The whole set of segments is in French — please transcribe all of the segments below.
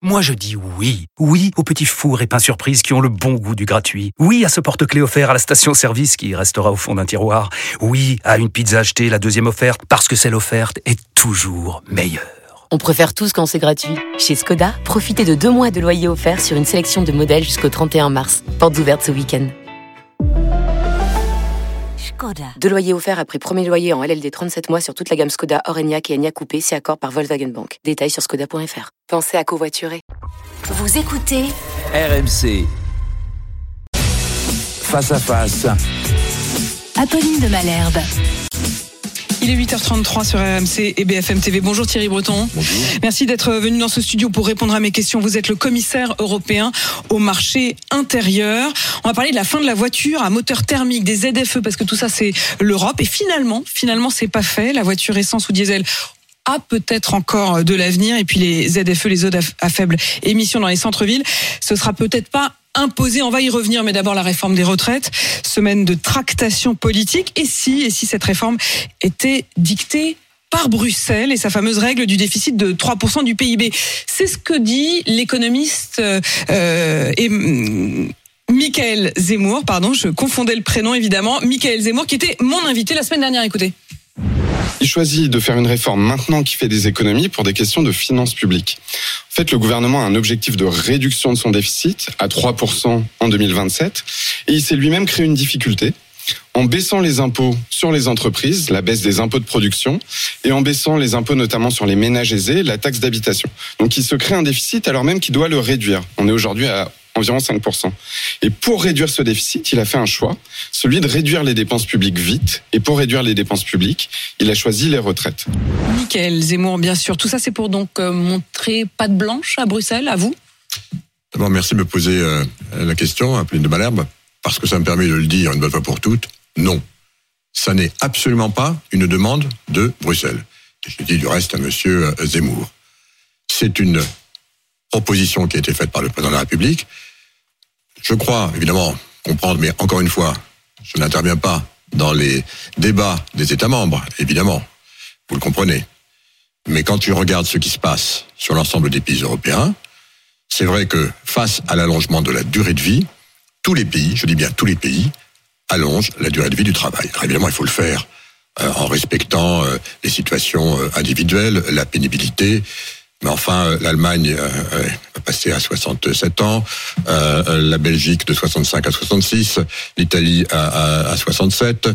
Moi je dis oui. Oui aux petits fours et pains surprises qui ont le bon goût du gratuit. Oui à ce porte-clés offert à la station-service qui restera au fond d'un tiroir. Oui à une pizza achetée, la deuxième offerte, parce que celle offerte est toujours meilleure. On préfère tous quand c'est gratuit. Chez Skoda, profitez de 2 mois de loyer offert sur une sélection de modèles jusqu'au 31 mars. Portes ouvertes ce week-end. 2 loyers offerts après premier loyer en LLD 37 mois sur toute la gamme Skoda, Orenia et Enyaq Coupé, si accord par Volkswagen Bank. Détails sur skoda.fr. Pensez à covoiturer. Vous écoutez RMC. Face à face. Apolline de Malherbe. Il est 8h33 sur RMC et BFM TV. Bonjour Thierry Breton. Bonjour. Merci d'être venu dans ce studio pour répondre à mes questions. Vous êtes le commissaire européen au marché intérieur. On va parler de la fin de la voiture à moteur thermique, des ZFE, parce que tout ça c'est l'Europe. Et finalement, c'est pas fait. La voiture essence ou diesel a peut-être encore de l'avenir. Et puis les ZFE, les zones à faible émission dans les centres-villes, ce sera peut-être pas imposé. On va y revenir, mais d'abord la réforme des retraites, semaine de tractation politique. Et si cette réforme était dictée par Bruxelles et sa fameuse règle du déficit de 3% du PIB. C'est ce que dit l'économiste Michaël Zemmour, je confondais le prénom évidemment, Michaël Zemmour qui était mon invité la semaine dernière, écoutez. Il choisit de faire une réforme maintenant qui fait des économies pour des questions de finances publiques. En fait, le gouvernement a un objectif de réduction de son déficit à 3% en 2027 et il s'est lui-même créé une difficulté en baissant les impôts sur les entreprises, la baisse des impôts de production, et en baissant les impôts notamment sur les ménages aisés, la taxe d'habitation. Donc il se crée un déficit alors même qu'il doit le réduire. On est aujourd'hui à environ 5%. Et pour réduire ce déficit, il a fait un choix, celui de réduire les dépenses publiques vite. Et pour réduire les dépenses publiques, il a choisi les retraites. Michaël Zemmour, bien sûr. Tout ça, c'est pour donc montrer patte blanche à Bruxelles, à vous ? D'abord, merci de me poser la question, Apolline de Malherbe, parce que ça me permet de le dire une bonne fois pour toutes. Non, ça n'est absolument pas une demande de Bruxelles. Et je dis du reste à monsieur Zemmour. C'est une proposition qui a été faite par le président de la République. Je crois, évidemment, comprendre, mais encore une fois, je n'interviens pas dans les débats des États membres, évidemment, vous le comprenez. Mais quand tu regardes ce qui se passe sur l'ensemble des pays européens, c'est vrai que face à l'allongement de la durée de vie, tous les pays, je dis bien tous les pays, allongent la durée de vie du travail. Alors évidemment, il faut le faire en respectant les situations individuelles, la pénibilité. Mais enfin, l'Allemagne va passer à 67 ans, la Belgique de 65 à 66, l'Italie à 67,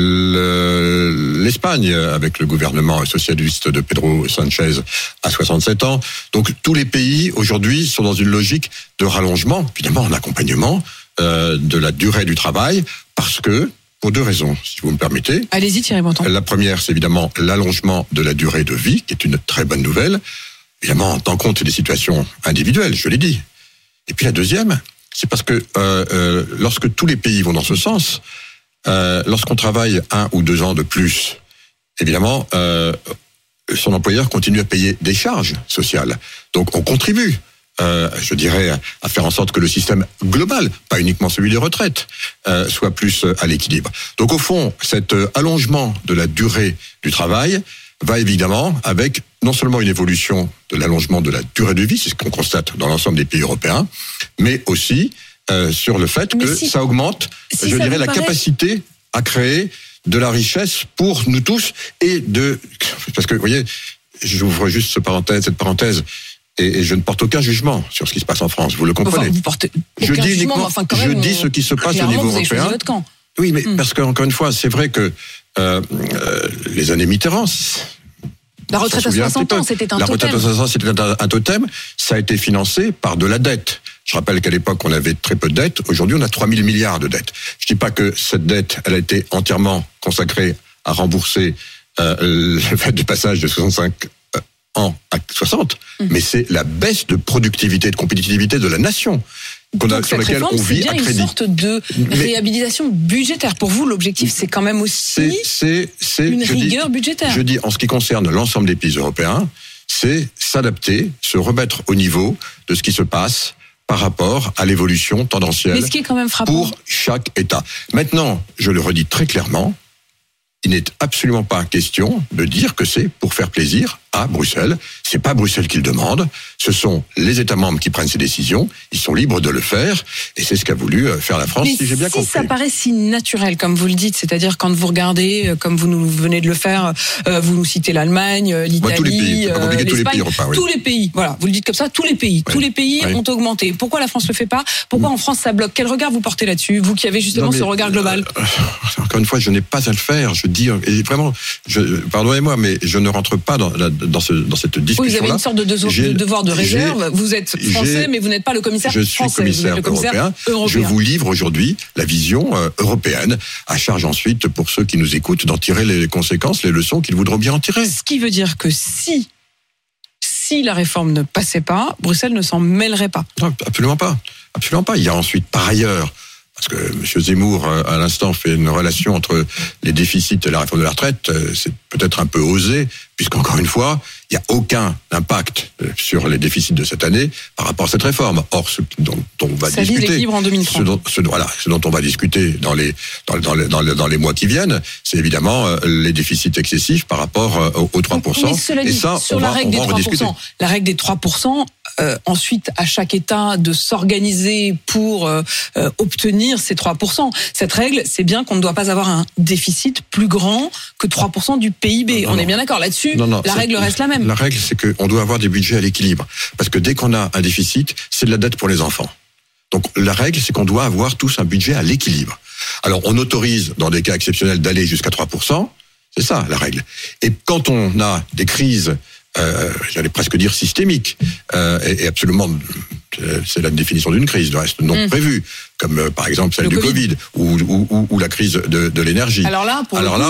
l'Espagne avec le gouvernement socialiste de Pedro Sanchez à 67 ans. Donc tous les pays aujourd'hui sont dans une logique de rallongement, évidemment en accompagnement de la durée du travail, parce que pour 2 raisons, si vous me permettez. Allez-y Thierry Breton. La première, c'est évidemment l'allongement de la durée de vie, qui est une très bonne nouvelle. Évidemment, en tenant compte des situations individuelles, je l'ai dit. Et puis la deuxième, c'est parce que lorsque tous les pays vont dans ce sens, lorsqu'on travaille 1 ou 2 ans de plus, évidemment, son employeur continue à payer des charges sociales. Donc on contribue, je dirais, à faire en sorte que le système global, pas uniquement celui des retraites, soit plus à l'équilibre. Donc au fond, cet allongement de la durée du travail va évidemment avec non seulement une évolution de l'allongement de la durée de vie, c'est ce qu'on constate dans l'ensemble des pays européens, mais aussi sur le fait que ça augmente, je dirais, la capacité à créer de la richesse pour nous tous parce que, vous voyez, j'ouvre juste cette parenthèse, et je ne porte aucun jugement sur ce qui se passe en France, vous le comprenez. Vous portez aucun jugement, je dis ce qui se passe au niveau européen. Votre camp. Oui, mais parce que, encore une fois, c'est vrai que les années Mitterrand, la retraite à 60 ans, c'était un totem. La retraite à 60 ans, c'était un totem. Ça a été financé par de la dette. Je rappelle qu'à l'époque, on avait très peu de dettes. Aujourd'hui, on a 3 000 milliards de dettes. Je dis pas que cette dette, elle a été entièrement consacrée à rembourser le fait du passage de 65 ans à 60, mais c'est la baisse de productivité, de compétitivité de la nation. Sur laquelle on vit à crédit. C'est une sorte de réhabilitation budgétaire. Pour vous, l'objectif, c'est quand même aussi une rigueur budgétaire. Je dis, en ce qui concerne l'ensemble des pays européens, c'est s'adapter, se remettre au niveau de ce qui se passe par rapport à l'évolution tendancielle mais ce qui est quand même frappant pour chaque État. Maintenant, je le redis très clairement, il n'est absolument pas question de dire que c'est pour faire plaisir à Bruxelles. C'est pas Bruxelles qui le demande. Ce sont les États membres qui prennent ces décisions. Ils sont libres de le faire. Et c'est ce qu'a voulu faire la France, si j'ai bien compris. Ça paraît si naturel, comme vous le dites, c'est-à-dire quand vous regardez, comme vous nous venez de le faire, vous nous citez l'Allemagne, l'Italie, tous les pays, l'Espagne, tous les pays européens, oui. Tous les pays, voilà, vous le dites comme ça, tous les pays ont augmenté. Pourquoi la France le fait pas? Pourquoi en France ça bloque? Quel regard vous portez là-dessus, vous qui avez justement ce regard global? Encore une fois, je n'ai pas à le faire. Je dis, et vraiment, pardonnez-moi, mais je ne rentre pas dans cette discussion-là. Vous avez une sorte de devoir de réserve. Vous êtes français, mais vous n'êtes pas le commissaire français. Je suis commissaire européen. Je vous livre aujourd'hui la vision européenne. À charge ensuite, pour ceux qui nous écoutent, d'en tirer les conséquences, les leçons qu'ils voudront bien en tirer. Ce qui veut dire que si la réforme ne passait pas, Bruxelles ne s'en mêlerait pas. Non, absolument pas. Absolument pas. Il y a ensuite, par ailleurs, parce que M. Zemmour, à l'instant, fait une relation entre les déficits et la réforme de la retraite, c'est peut-être un peu osé, puisqu'encore une fois, il n'y a aucun impact sur les déficits de cette année par rapport à cette réforme. Or, ce dont on va discuter... Ça vise l'équilibre en 2030. Ce dont on va discuter dans les mois qui viennent, c'est évidemment les déficits excessifs par rapport aux 3%. Mais cela dit, et ça, sur la règle des 3%, la règle des 3%, ensuite, à chaque État de s'organiser pour obtenir ces 3%. Cette règle, c'est bien qu'on ne doit pas avoir un déficit plus grand que 3% du PIB. On est bien d'accord là-dessus. La règle reste la même. La règle, c'est qu'on doit avoir des budgets à l'équilibre. Parce que dès qu'on a un déficit, c'est de la dette pour les enfants. Donc la règle, c'est qu'on doit avoir tous un budget à l'équilibre. Alors on autorise, dans des cas exceptionnels, d'aller jusqu'à 3%. C'est ça, la règle. Et quand on a des crises, j'allais presque dire systémiques, et absolument, c'est la définition d'une crise, de reste non prévue, comme par exemple celle du Covid ou la crise de l'énergie. Alors là,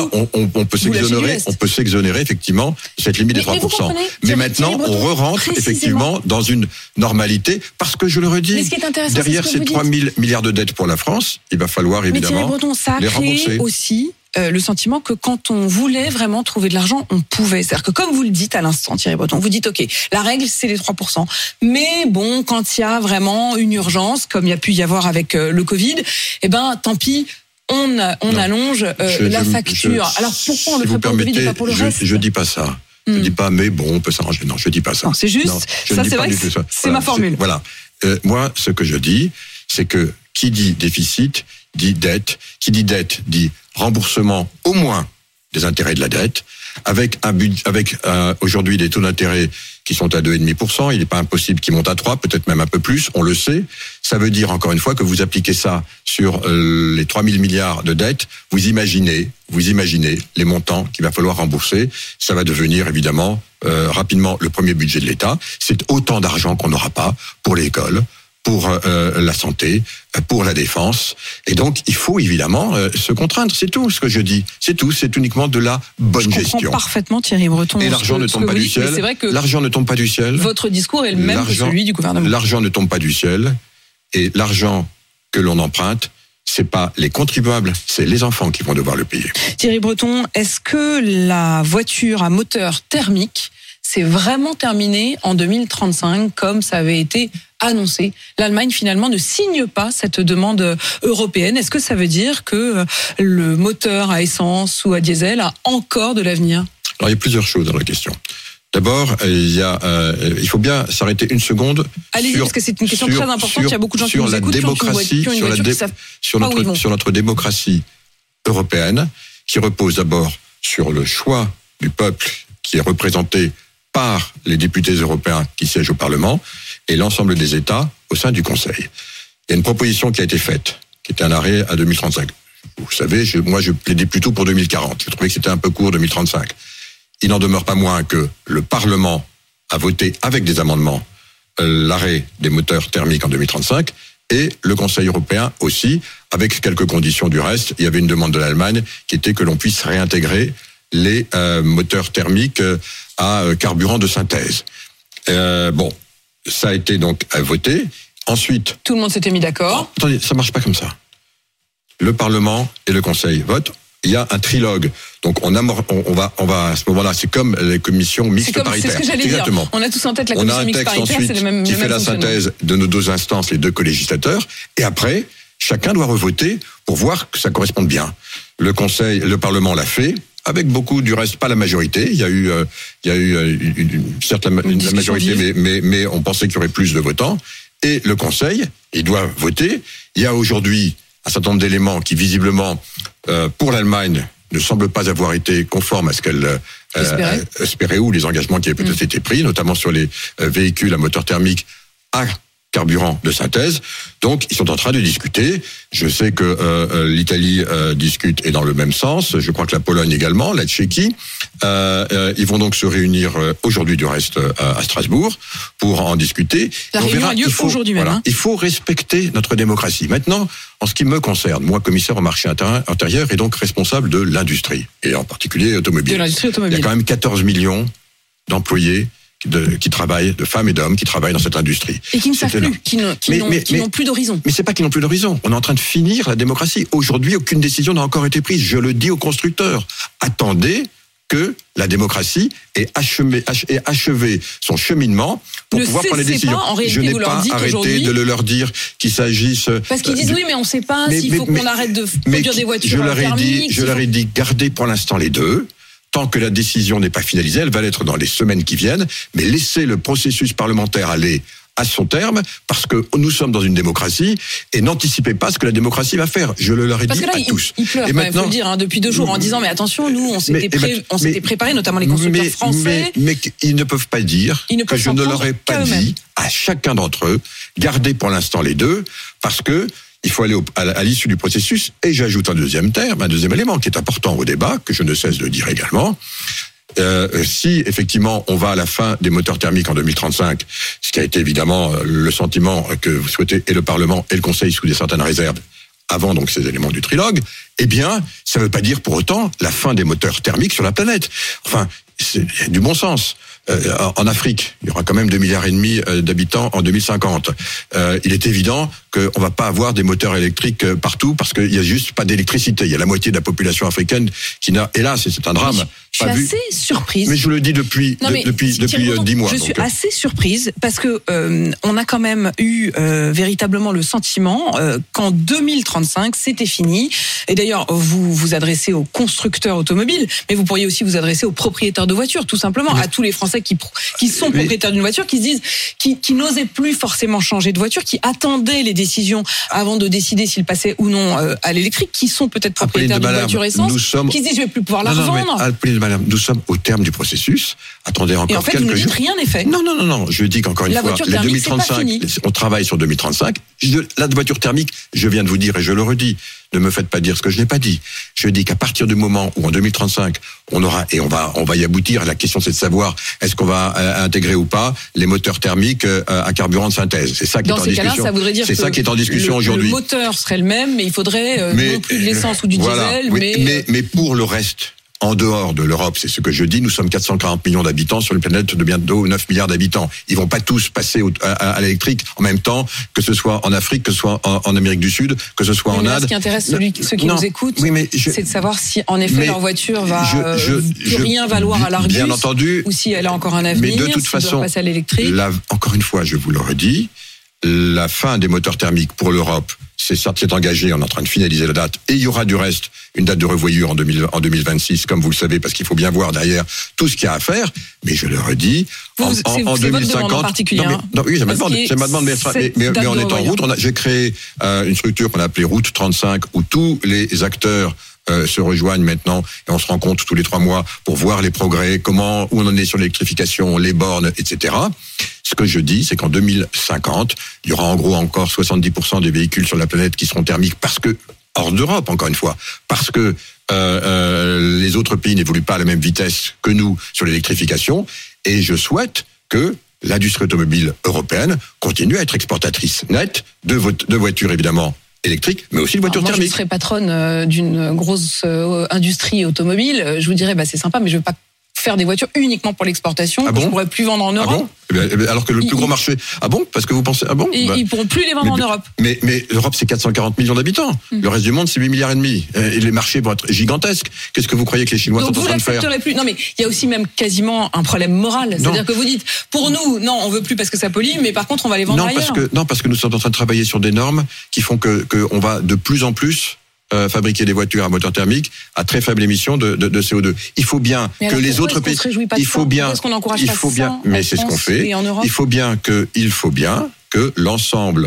on peut s'exonérer effectivement de cette limite des 3%. Mais maintenant, on re-rentre effectivement dans une normalité, parce que je le redis, derrière ces 3 000 milliards de dettes pour la France, il va falloir évidemment les rembourser. Aussi le sentiment que quand on voulait vraiment trouver de l'argent, on pouvait. C'est-à-dire que comme vous le dites à l'instant, Thierry Breton, vous dites ok, la règle c'est les 3%. Mais bon, quand il y a vraiment une urgence, comme il y a pu y avoir avec le Covid, eh ben tant pis, on allonge la facture. Alors pourquoi on le fait pour le Covid et pas pour le reste? Je dis pas ça. Je dis pas mais bon, on peut s'arranger. Non, je dis pas ça. Non, c'est juste. Non, ça c'est vrai que c'est ma formule. Voilà. Moi, ce que je dis, c'est que qui dit déficit dit dette. Qui dit dette dit remboursement au moins des intérêts de la dette, avec aujourd'hui des taux d'intérêt qui sont à 2,5%. Il n'est pas impossible qu'ils montent à 3, peut-être même un peu plus, on le sait. Ça veut dire, encore une fois, que vous appliquez ça sur les 3 000 milliards de dettes, vous imaginez les montants qu'il va falloir rembourser. Ça va devenir, évidemment, rapidement le premier budget de l'État. C'est autant d'argent qu'on n'aura pas pour l'école, pour la santé, pour la défense. Et donc, il faut évidemment se contraindre. C'est tout ce que je dis. C'est tout. C'est uniquement de la bonne gestion. Je comprends parfaitement, Thierry Breton. Et l'argent ne tombe pas du ciel. L'argent ne tombe pas du ciel. Votre discours est le même que celui du gouvernement. L'argent ne tombe pas du ciel. Et l'argent que l'on emprunte, c'est pas les contribuables, c'est les enfants qui vont devoir le payer. Thierry Breton, est-ce que la voiture à moteur thermique c'est vraiment terminé en 2035, comme ça avait été annoncé? L'Allemagne, finalement, ne signe pas cette demande européenne. Est-ce que ça veut dire que le moteur à essence ou à diesel a encore de l'avenir? Alors, il y a plusieurs choses dans la question. D'abord, il faut bien s'arrêter une seconde. Allez-y, parce que c'est une question très importante. Il y a beaucoup de gens qui nous écoutent, sur notre démocratie européenne, qui repose d'abord sur le choix du peuple qui est représenté par les députés européens qui siègent au Parlement et l'ensemble des États au sein du Conseil. Il y a une proposition qui a été faite, qui était un arrêt à 2035. Vous savez, moi je plaidais plutôt pour 2040. Je trouvais que c'était un peu court, 2035. Il n'en demeure pas moins que le Parlement a voté avec des amendements l'arrêt des moteurs thermiques en 2035 et le Conseil européen aussi, avec quelques conditions du reste. Il y avait une demande de l'Allemagne qui était que l'on puisse réintégrer les moteurs thermiques à carburant de synthèse. Bon, ça a été donc voté. Ensuite... Tout le monde s'était mis d'accord. Attendez, ça marche pas comme ça. Le Parlement et le Conseil votent. Il y a un trilogue. Donc on va à ce moment-là, c'est comme les commissions mixtes paritaires. C'est ce que j'allais dire. On a tous en tête la commission mixte paritaire, c'est le même qui fait la synthèse de nos deux instances, les deux colégislateurs. Et après, chacun doit revoter pour voir que ça corresponde bien. Le Parlement l'a fait. Avec beaucoup, du reste, pas la majorité. Il y a eu certes la majorité, mais on pensait qu'il y aurait plus de votants. Et le Conseil, il doit voter. Il y a aujourd'hui un certain nombre d'éléments qui, visiblement, pour l'Allemagne, ne semblent pas avoir été conformes à ce qu'elle espérait ou les engagements qui avaient peut-être été pris, notamment sur les véhicules à moteur thermique à carburant de synthèse. Donc, ils sont en train de discuter. Je sais que l'Italie discute et dans le même sens. Je crois que la Pologne également, la Tchéquie. Ils vont donc se réunir aujourd'hui, du reste, à Strasbourg, pour en discuter. La réunion a lieu aujourd'hui même. Il faut respecter notre démocratie. Maintenant, en ce qui me concerne, moi, commissaire au marché intérieur et donc responsable de l'industrie, et en particulier automobile. De l'industrie automobile. Il y a quand même 14 millions d'employés qui travaillent, de femmes et d'hommes qui travaillent dans cette industrie. Et qui ne savent plus, qui n'ont plus d'horizon. Mais c'est pas qu'ils n'ont plus d'horizon. On est en train de finir la démocratie. Aujourd'hui, aucune décision n'a encore été prise. Je le dis aux constructeurs. Attendez que la démocratie ait achevé son cheminement pour pouvoir prendre les décisions. Je n'ai pas arrêté de leur dire qu'il s'agisse... Parce qu'ils disent oui, mais on ne sait pas s'il faut qu'on arrête de produire des voitures thermiques. Je leur ai dit, gardez pour l'instant les deux. Tant que la décision n'est pas finalisée, elle va l'être dans les semaines qui viennent, mais laissez le processus parlementaire aller à son terme, parce que nous sommes dans une démocratie, et n'anticipez pas ce que la démocratie va faire. Je le leur ai dit à tous. Ils pleurent, il faut le dire, depuis 2 jours, en disant, mais attention, nous, on s'était préparés, notamment les constructeurs français. Mais ils ne peuvent pas dire que je ne leur ai pas dit à chacun d'entre eux, gardez pour l'instant les deux, parce que il faut aller à l'issue du processus, et j'ajoute un deuxième élément qui est important au débat, que je ne cesse de dire également. Si effectivement on va à la fin des moteurs thermiques en 2035, ce qui a été évidemment le sentiment que vous souhaitez et le Parlement et le Conseil sous des certaines réserves, avant donc ces éléments du trilogue, eh bien, ça ne veut pas dire pour autant la fin des moteurs thermiques sur la planète. Enfin, c'est du bon sens. En Afrique, il y aura quand même 2,5 milliards d'habitants en 2050. Il est évident qu'on va pas avoir des moteurs électriques partout parce qu'il y a juste pas d'électricité. Il y a la moitié de la population africaine qui n'a, hélas, et c'est un drame. Je suis assez surprise. Mais je le dis depuis 10 mois. Je suis assez surprise parce que on a quand même eu véritablement le sentiment qu'en 2035 c'était fini. Et d'ailleurs, vous vous adressez aux constructeurs automobiles, mais vous pourriez aussi vous adresser aux propriétaires de voitures, tout simplement, à tous les Français qui sont propriétaires d'une voiture, qui se disent, qui n'osaient plus forcément changer de voiture, qui attendaient les décisions avant de décider s'ils passaient ou non à l'électrique, qui sont peut-être propriétaires d'une voiture essence, qui se disent je vais plus pouvoir la revendre. Madame, nous sommes au terme du processus. Attendez encore quelques jours. Et en fait, vous ne dites rien n'est fait. Non. Je dis qu'encore une fois, les 2035, on travaille sur 2035. La voiture thermique, je viens de vous dire et je le redis, ne me faites pas dire ce que je n'ai pas dit. Je dis qu'à partir du moment où en 2035, on va y aboutir. La question, c'est de savoir est-ce qu'on va intégrer ou pas les moteurs thermiques à carburant de synthèse. C'est ça qui est en discussion. Dans ces cas-là, ça voudrait dire c'est ça qui est en discussion aujourd'hui. Le moteur serait le même, mais il faudrait non plus de l'essence ou du diesel. Mais pour le reste, en dehors de l'Europe, c'est ce que je dis, nous sommes 440 millions d'habitants sur une planète de bientôt 9 milliards d'habitants. Ils vont pas tous passer à l'électrique en même temps, que ce soit en Afrique, que ce soit en Amérique du Sud, que ce soit en Inde. Ce qui intéresse ceux qui nous écoutent, c'est de savoir si en effet leur voiture va plus rien valoir à l'Argus, bien entendu, ou si elle a encore un avenir, mais de toute façon, passer à l'électrique. Encore une fois, je vous le redis, la fin des moteurs thermiques pour l'Europe, c'est engagé, on est en train de finaliser la date, et il y aura du reste une date de revoyure en 2026, comme vous le savez, parce qu'il faut bien voir derrière tout ce qu'il y a à faire, mais je le redis, en 2050... en particulier, oui, c'est ma demande, mais on est en route, j'ai créé une structure qu'on a appelée Route 35, où tous les acteurs se rejoignent maintenant et on se rencontre tous les 3 mois pour voir les progrès, où on en est sur l'électrification, les bornes, etc. Ce que je dis, c'est qu'en 2050, il y aura en gros encore 70% des véhicules sur la planète qui seront thermiques parce que, hors d'Europe encore une fois, parce que les autres pays n'évoluent pas à la même vitesse que nous sur l'électrification, et je souhaite que l'industrie automobile européenne continue à être exportatrice nette de voitures évidemment électrique, mais aussi de voitures thermiques. Je serais patronne d'une grosse industrie automobile. Je vous dirais, c'est sympa, mais je veux pas faire des voitures uniquement pour l'exportation. Ah bon ? Ils ne pourraient plus vendre en Europe. Ah bon ? Alors que le plus gros marché... Ah bon ? Parce que vous pensez... Ah bon ? Ils ne pourront plus les vendre en Europe. Mais l'Europe, c'est 440 millions d'habitants. Le reste du monde, c'est 8,5 milliards. Et les marchés vont être gigantesques. Qu'est-ce que vous croyez que les Chinois sont en train de faire ? Plus. Non, mais il y a aussi même quasiment un problème moral. C'est-à-dire que vous dites, pour nous, non, on veut plus parce que ça pollue, mais par contre, on va les vendre ailleurs. Parce que nous sommes en train de travailler sur des normes qui font que on va de plus en plus fabriquer des voitures à moteur thermique à très faible émission de CO2. Il faut bien que les autres pays... Il faut bien... Mais c'est ce qu'on fait. Il faut bien que l'ensemble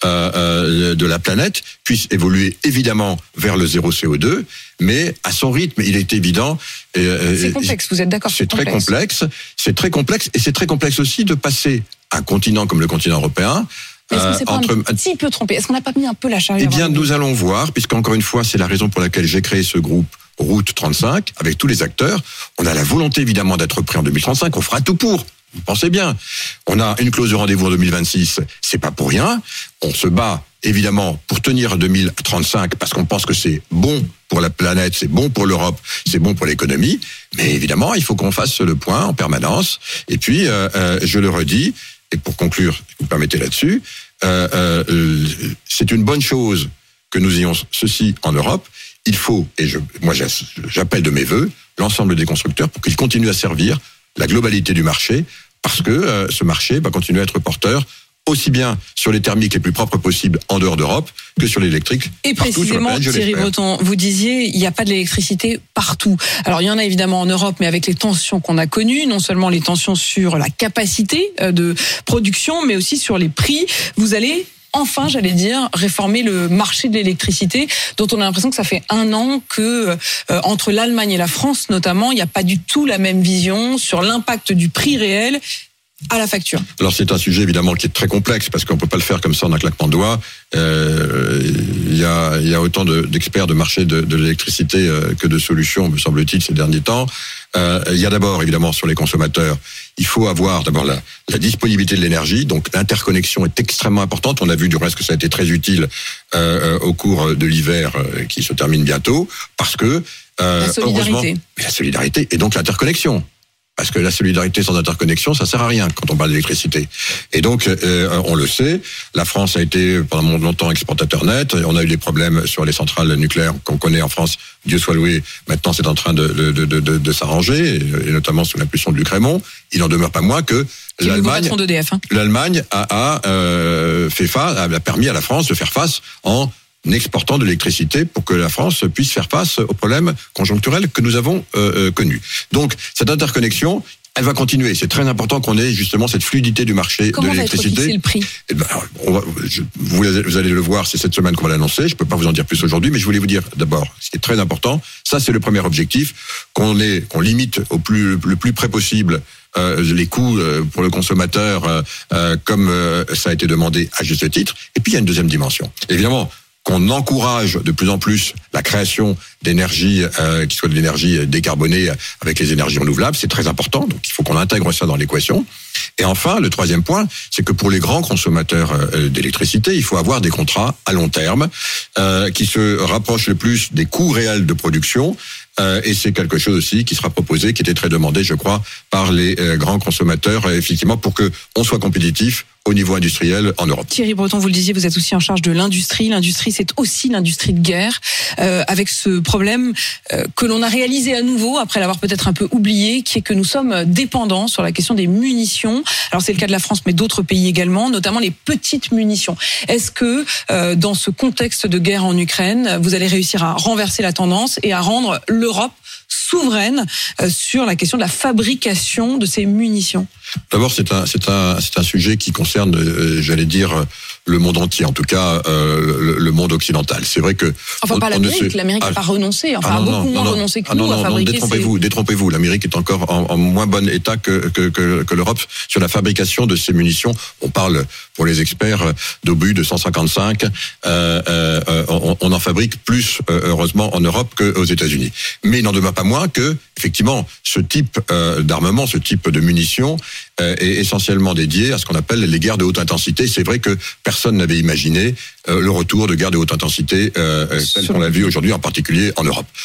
de la planète puisse évoluer évidemment vers le zéro CO2, mais à son rythme. Il est évident. C'est complexe, vous êtes d'accord ? C'est très complexe. C'est très complexe, et c'est très complexe aussi de passer un continent comme le continent européen. Est-ce que c'est pas un petit peu trompé ? Est-ce qu'on n'a pas mis un peu la charrue ? Eh bien, nous allons voir, puisqu'encore une fois, c'est la raison pour laquelle j'ai créé ce groupe Route 35, avec tous les acteurs. On a la volonté, évidemment, d'être prêt en 2035. On fera tout pour. Vous pensez bien. On a une clause de rendez-vous en 2026. C'est pas pour rien. On se bat, évidemment, pour tenir 2035, parce qu'on pense que c'est bon pour la planète, c'est bon pour l'Europe, c'est bon pour l'économie. Mais évidemment, il faut qu'on fasse le point en permanence. Et puis, je le redis, et pour conclure, si vous me permettez là-dessus, c'est une bonne chose que nous ayons ceci en Europe. Il faut, et moi j'appelle de mes vœux, l'ensemble des constructeurs pour qu'ils continuent à servir la globalité du marché, parce que ce marché va continuer à être porteur aussi bien sur les thermiques les plus propres possibles en dehors d'Europe que sur l'électrique. Et précisément, Thierry Breton, vous disiez, il n'y a pas de l'électricité partout. Alors, il y en a évidemment en Europe, mais avec les tensions qu'on a connues, non seulement les tensions sur la capacité de production, mais aussi sur les prix, vous allez... Enfin, j'allais dire, réformer le marché de l'électricité, dont on a l'impression que ça fait 1 an que, entre l'Allemagne et la France notamment, il n'y a pas du tout la même vision sur l'impact du prix réel à la facture. Alors c'est un sujet évidemment qui est très complexe, parce qu'on peut pas le faire comme ça en un claquement de doigts. Il y a autant d'experts de marché de l'électricité que de solutions, me semble-t-il, ces derniers temps. Il y a d'abord évidemment sur les consommateurs, il faut avoir d'abord la disponibilité de l'énergie, donc l'interconnexion est extrêmement importante. On a vu du reste que ça a été très utile au cours de l'hiver qui se termine bientôt, parce que la solidarité. La solidarité et donc l'interconnexion. Parce que la solidarité sans interconnexion, ça sert à rien quand on parle d'électricité. Et donc, on le sait, la France a été pendant longtemps exportateur net. On a eu des problèmes sur les centrales nucléaires qu'on connaît en France. Dieu soit loué. Maintenant, c'est en train de s'arranger, et notamment sous l'impulsion de Luc Rémont. Il n'en demeure pas moins que l'Allemagne a permis à la France de faire face en exportant de l'électricité pour que la France puisse faire face aux problèmes conjoncturels que nous avons connus. Donc, cette interconnexion, elle va continuer. C'est très important qu'on ait justement cette fluidité du marché de l'électricité. Comment va être fixé le prix ? Vous allez le voir, c'est cette semaine qu'on va l'annoncer. Je peux pas vous en dire plus aujourd'hui, mais je voulais vous dire d'abord, ce qui est très important, ça c'est le premier objectif, qu'on limite le plus près possible les coûts pour le consommateur, comme ça a été demandé à juste titre. Et puis il y a une deuxième dimension. Évidemment, qu'on encourage de plus en plus la création d'énergie qui soit de l'énergie décarbonée avec les énergies renouvelables, c'est très important, donc il faut qu'on intègre ça dans l'équation. Et enfin, le troisième point, c'est que pour les grands consommateurs d'électricité, il faut avoir des contrats à long terme qui se rapprochent le plus des coûts réels de production. Et c'est quelque chose aussi qui sera proposé, qui était très demandé, je crois, par les grands consommateurs, effectivement, pour que on soit compétitif au niveau industriel en Europe. Thierry Breton, vous le disiez, vous êtes aussi en charge de l'industrie. L'industrie, c'est aussi l'industrie de guerre, avec ce problème que l'on a réalisé à nouveau, après l'avoir peut-être un peu oublié, qui est que nous sommes dépendants sur la question des munitions. Alors c'est le cas de la France, mais d'autres pays également, notamment les petites munitions. Est-ce que dans ce contexte de guerre en Ukraine, vous allez réussir à renverser la tendance et à rendre l'Europe souveraine sur la question de la fabrication de ces munitions? D'abord, c'est un sujet qui concerne, j'allais dire, le monde entier, en tout cas le monde occidental. C'est vrai que pas l'Amérique. L'Amérique n'a pas renoncé, a beaucoup moins renoncé que nous à fabriquer. Détrompez-vous. L'Amérique est encore en moins bon état que l'Europe sur la fabrication de ces munitions. On parle, pour les experts, d'obus de 155. On en fabrique plus, heureusement, en Europe qu'aux États-Unis. Mais il n'en demeure pas moins que, effectivement, ce type d'armement, ce type de munitions est essentiellement dédié à ce qu'on appelle les guerres de haute intensité. C'est vrai que personne n'avait imaginé le retour de guerres de haute intensité telles qu'on l'a vu aujourd'hui, en particulier en Europe.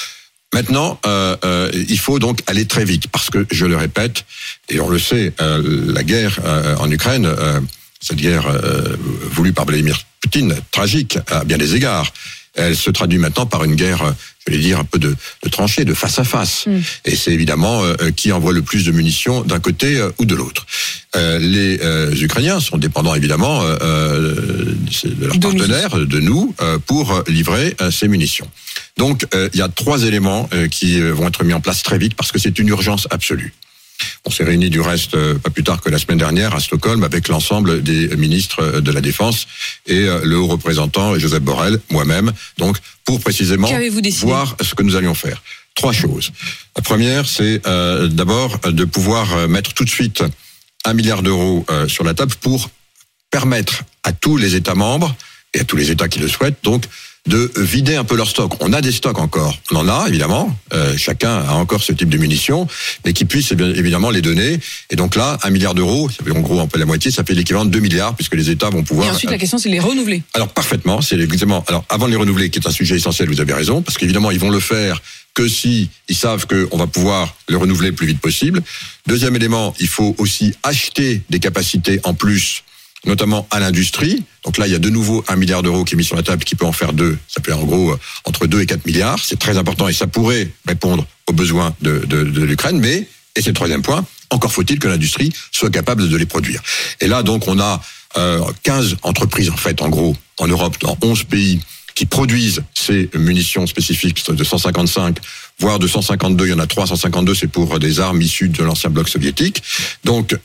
Maintenant, il faut donc aller très vite parce que, je le répète, et on le sait, la guerre en Ukraine, cette guerre voulue par Vladimir Poutine, tragique à bien des égards, elle se traduit maintenant par une guerre, je vais dire, un peu de tranchée, de face à face. Et c'est évidemment qui envoie le plus de munitions d'un côté ou de l'autre. Les Ukrainiens sont dépendants évidemment de leurs partenaires, de nous, pour livrer ces munitions. Donc il y a 3 éléments qui vont être mis en place très vite parce que c'est une urgence absolue. On s'est réunis du reste pas plus tard que la semaine dernière à Stockholm avec l'ensemble des ministres de la Défense et le haut représentant Joseph Borrell, moi-même, donc pour précisément voir ce que nous allions faire. 3 choses. La première, c'est d'abord de pouvoir mettre tout de suite 1 milliard d'euros sur la table pour permettre à tous les États membres et à tous les États qui le souhaitent, donc, de vider un peu leur stock. On a des stocks encore. On en a, évidemment. Chacun a encore ce type de munitions, mais qui puisse évidemment les donner. Et donc là, 1 milliard d'euros, ça fait en gros un peu la moitié, ça fait l'équivalent de 2 milliards, puisque les États vont pouvoir... Et ensuite, la question, c'est de les renouveler. Alors, parfaitement. C'est exactement... Alors, avant de les renouveler, qui est un sujet essentiel, vous avez raison, parce qu'évidemment, ils vont le faire que si ils savent qu'on va pouvoir le renouveler le plus vite possible. Deuxième élément, il faut aussi acheter des capacités en plus, notamment à l'industrie. Donc là, il y a de nouveau 1 milliard d'euros qui est mis sur la table, qui peut en faire 2. Ça peut en gros entre 2 et 4 milliards. C'est très important et ça pourrait répondre aux besoins de l'Ukraine. Mais, et c'est le 3e point, encore faut-il que l'industrie soit capable de les produire. Et là, donc, on a 15 entreprises, en fait, en gros, en Europe, dans 11 pays, qui produisent ces munitions spécifiques de 155, voire de 152. Il y en a 352, c'est pour des armes issues de l'ancien bloc soviétique. Donc,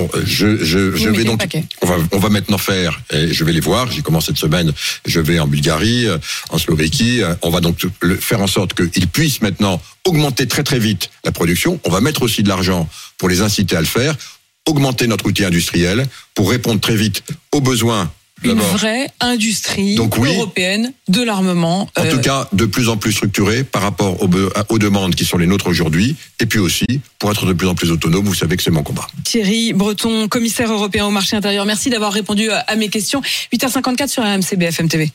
je vais donc, on va maintenant faire, et je vais les voir. J'y commence cette semaine. Je vais en Bulgarie, en Slovéquie. On va donc faire en sorte qu'ils puissent maintenant augmenter très très vite la production. On va mettre aussi de l'argent pour les inciter à le faire, augmenter notre outil industriel pour répondre très vite aux besoins. Une vraie industrie européenne de l'armement. En tout cas, de plus en plus structurée par rapport aux demandes qui sont les nôtres aujourd'hui. Et puis aussi, pour être de plus en plus autonome, vous savez que c'est mon combat. Thierry Breton, commissaire européen au marché intérieur. Merci d'avoir répondu à mes questions. 8h54 sur RMC BFM TV.